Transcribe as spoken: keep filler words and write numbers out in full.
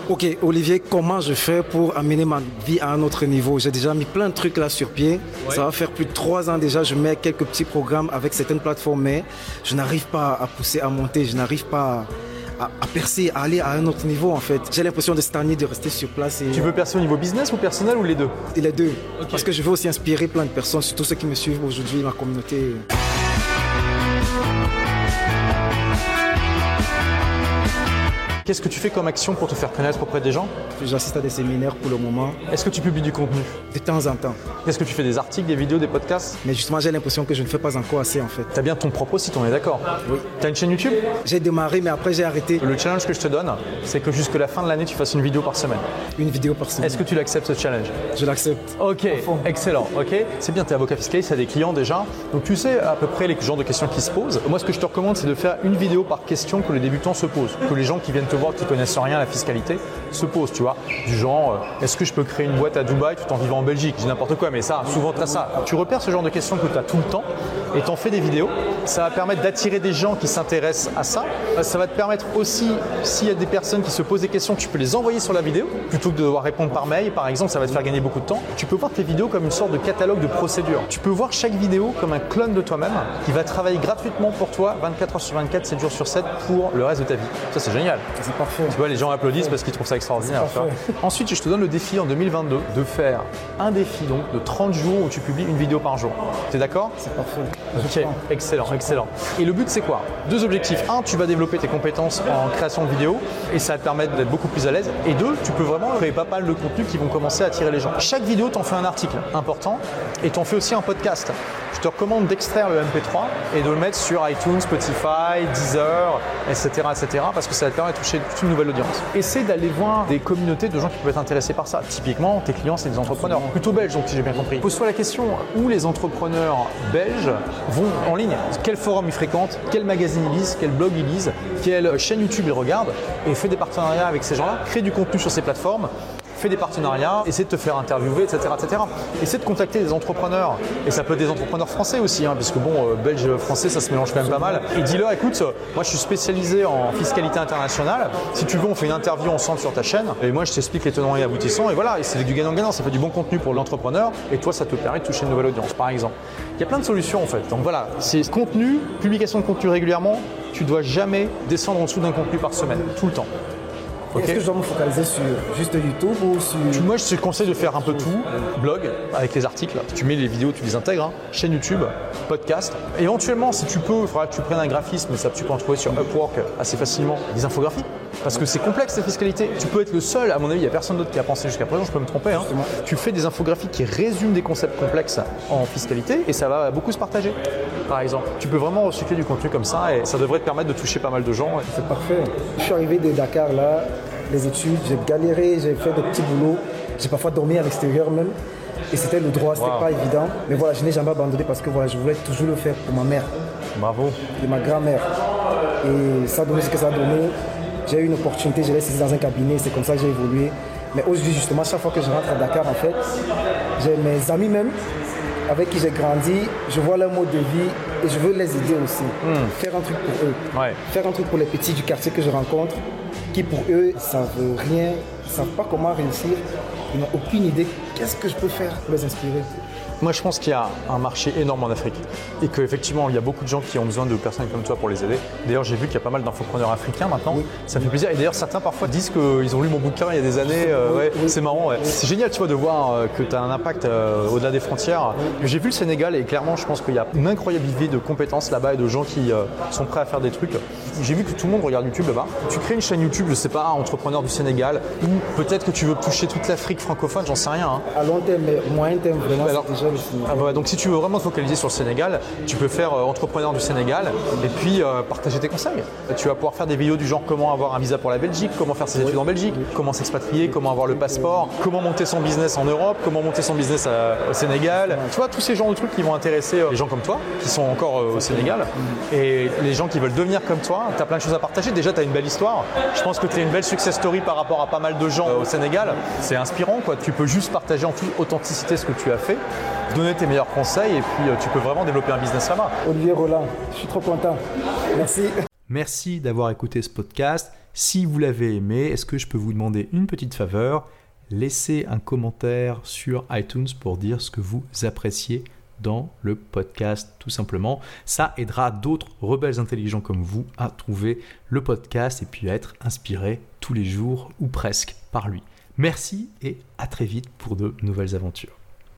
Ok, Olivier, comment je fais pour amener ma vie à un autre niveau? J'ai déjà mis plein de trucs là sur pied. Ouais. Ça va faire plus de trois ans déjà. Je mets quelques petits programmes avec certaines plateformes, mais je n'arrive pas à pousser, à monter. Je n'arrive pas à, à percer, à aller à un autre niveau en fait. J'ai l'impression de stagner, de rester sur place. Et... Tu veux percer au niveau business ou personnel ou les deux? Et les deux. Okay. Parce que je veux aussi inspirer plein de personnes, surtout ceux qui me suivent aujourd'hui, ma communauté. Qu'est-ce que tu fais comme action pour te faire connaître auprès des gens? J'assiste à des séminaires pour le moment. Est-ce que tu publies du contenu? De temps en temps. Est-ce que tu fais des articles, des vidéos, des podcasts? Mais justement, j'ai l'impression que je ne fais pas encore assez en fait. T'as bien ton propre site, on est d'accord? Oui. T'as une chaîne YouTube? J'ai démarré, mais après j'ai arrêté. Le challenge que je te donne, c'est que jusqu'à la fin de l'année, tu fasses une vidéo par semaine. Une vidéo par semaine. Est-ce que tu l'acceptes ce challenge? Je l'accepte. Ok, excellent. Ok, c'est bien, tu es avocat fiscaliste, tu as des clients déjà. Donc tu sais à peu près les genres de questions qui se posent. Moi, ce que je te recommande, c'est de faire une vidéo par question que les débutants se posent. Que les gens qui viennent te voir, qui connaissent rien à la fiscalité, se posent, tu vois. Du genre, euh, est-ce que je peux créer une boîte à Dubaï tout en vivant en Belgique? Je dis n'importe quoi, mais ça, souvent tu as ça. Tu repères ce genre de questions que tu as tout le temps et t'en fais des vidéos. Ça va permettre d'attirer des gens qui s'intéressent à ça. Ça va te permettre aussi, s'il y a des personnes qui se posent des questions, tu peux les envoyer sur la vidéo plutôt que de devoir répondre par mail, par exemple. Ça va te faire gagner beaucoup de temps. Tu peux voir tes vidéos comme une sorte de catalogue de procédures. Tu peux voir chaque vidéo comme un clone de toi-même qui va travailler gratuitement pour toi vingt-quatre heures sur vingt-quatre, sept jours sur sept pour le reste de ta vie. Ça, c'est génial. C'est parfait. Tu vois, les gens applaudissent parce qu'ils trouvent ça extraordinaire. Tu vois. Ensuite, je te donne le défi en deux mille vingt-deux de faire un défi donc de trente jours où tu publies une vidéo par jour. T'es d'accord? C'est parfait. Ok, excellent, excellent. Et le but, c'est quoi? Deux objectifs. Un, tu vas développer tes compétences en création de vidéos et ça va te permettre d'être beaucoup plus à l'aise. Et deux, tu peux vraiment créer pas mal de contenus qui vont commencer à attirer les gens. Chaque vidéo, t'en fais un article important et t'en fais aussi un podcast. Je te recommande d'extraire le M P trois et de le mettre sur iTunes, Spotify, Deezer, et cetera, et cetera, parce que ça va te permettre de toucher toute une nouvelle audience. Essaie d'aller voir des communautés de gens qui peuvent être intéressés par ça. Typiquement, tes clients, c'est des entrepreneurs, plutôt belges, donc si j'ai bien compris. Pose-toi la question, où les entrepreneurs belges vont en ligne? Quel forum ils fréquentent? Quel magazine ils lisent? Quel blog ils lisent? Quelle chaîne YouTube ils regardent? Et fais des partenariats avec ces gens-là. Crée du contenu sur ces plateformes. Fais des partenariats, essaie de te faire interviewer, et cetera, et cetera. Essaie de contacter des entrepreneurs. Et ça peut être des entrepreneurs français aussi, hein, parce que bon, euh, belge, français, ça se mélange quand même pas mal. Et dis-leur, écoute, moi je suis spécialisé en fiscalité internationale. Si tu veux, on fait une interview ensemble sur ta chaîne. Et moi, je t'explique les tenants et aboutissants. Et voilà, et c'est du gagnant-gagnant. Ça fait du bon contenu pour l'entrepreneur. Et toi, ça te permet de toucher une nouvelle audience, par exemple. Il y a plein de solutions en fait. Donc voilà, c'est contenu, publication de contenu régulièrement. Tu ne dois jamais descendre en dessous d'un contenu par semaine, tout le temps. Okay. Est-ce que je dois me focaliser sur juste YouTube ou sur… Moi, je te conseille de faire un peu tout. Blog, avec les articles. Tu mets les vidéos, tu les intègres. Hein. Chaîne YouTube, podcast. Éventuellement, si tu peux, il faudra que tu prennes un graphisme, mais ça, tu peux en trouver sur Upwork assez facilement. Des infographies. Parce que c'est complexe la fiscalité. Tu peux être le seul, à mon avis, il n'y a personne d'autre qui a pensé jusqu'à présent, je peux me tromper. Hein. Tu fais des infographies qui résument des concepts complexes en fiscalité et ça va beaucoup se partager, par exemple. Tu peux vraiment recycler du contenu comme ça et ça devrait te permettre de toucher pas mal de gens. C'est parfait. Je suis arrivé de Dakar là, les études, j'ai galéré, j'ai fait des petits boulots, j'ai parfois dormi à l'extérieur même. Et c'était le droit, c'était wow. pas évident. Mais voilà, je n'ai jamais abandonné parce que voilà, je voulais toujours le faire pour ma mère. Bravo. Et ma grand-mère. Et ça a donné ce que ça a donné. J'ai eu une opportunité, je l'ai saisi dans un cabinet, c'est comme ça que j'ai évolué. Mais aujourd'hui, justement, chaque fois que je rentre à Dakar, en fait, j'ai mes amis même, avec qui j'ai grandi, je vois leur mode de vie et je veux les aider aussi. Mm. Faire un truc pour eux. Ouais. Faire un truc pour les petits du quartier que je rencontre, qui pour eux, ça ne veut rien, ils ne savent pas comment réussir, ils n'ont aucune idée. Qu'est-ce que je peux faire pour les inspirer? Moi, je pense qu'il y a un marché énorme en Afrique et qu'effectivement, il y a beaucoup de gens qui ont besoin de personnes comme toi pour les aider. D'ailleurs, j'ai vu qu'il y a pas mal d'infopreneurs africains maintenant. Oui. Ça me fait plaisir. Et d'ailleurs, certains parfois disent qu'ils ont lu mon bouquin il y a des années. Euh, ouais, oui. C'est marrant. Ouais. C'est génial, tu vois, de voir euh, que tu as un impact euh, au-delà des frontières. Oui. J'ai vu le Sénégal et clairement, je pense qu'il y a une incroyable vie de compétences là-bas et de gens qui euh, sont prêts à faire des trucs. J'ai vu que tout le monde regarde YouTube là-bas. Tu crées une chaîne YouTube, je sais pas, entrepreneur du Sénégal, ou peut-être que tu veux toucher toute l'Afrique francophone, j'en sais rien. Hein. À long terme, mais moyen terme, vraiment, alors, c'est déjà le Sénégal. Ah bah, donc si tu veux vraiment te focaliser sur le Sénégal, tu peux faire euh, entrepreneur du Sénégal et puis euh, partager tes conseils. Tu vas pouvoir faire des vidéos du genre comment avoir un visa pour la Belgique, comment faire ses études oui. en Belgique, oui. comment s'expatrier, comment avoir le passeport, comment monter son business en Europe, comment monter son business à, au Sénégal. Ouais. Tu vois, tous ces genres de trucs qui vont intéresser euh, les gens comme toi, qui sont encore euh, au Sénégal. Mmh. Et les gens qui veulent devenir comme toi, tu as plein de choses à partager. Déjà, tu as une belle histoire. Je pense que tu es une belle success story par rapport à pas mal de gens euh, au Sénégal. C'est inspirant, quoi. Tu peux juste partager en toute authenticité ce que tu as fait, donner tes meilleurs conseils et puis euh, tu peux vraiment développer un business là-bas. Olivier Roland, je suis trop content. Merci. Merci d'avoir écouté ce podcast. Si vous l'avez aimé, est-ce que je peux vous demander une petite faveur ? Laissez un commentaire sur iTunes pour dire ce que vous appréciez dans le podcast, tout simplement. Ça aidera d'autres rebelles intelligents comme vous à trouver le podcast et puis à être inspirés tous les jours ou presque par lui. Merci et à très vite pour de nouvelles aventures.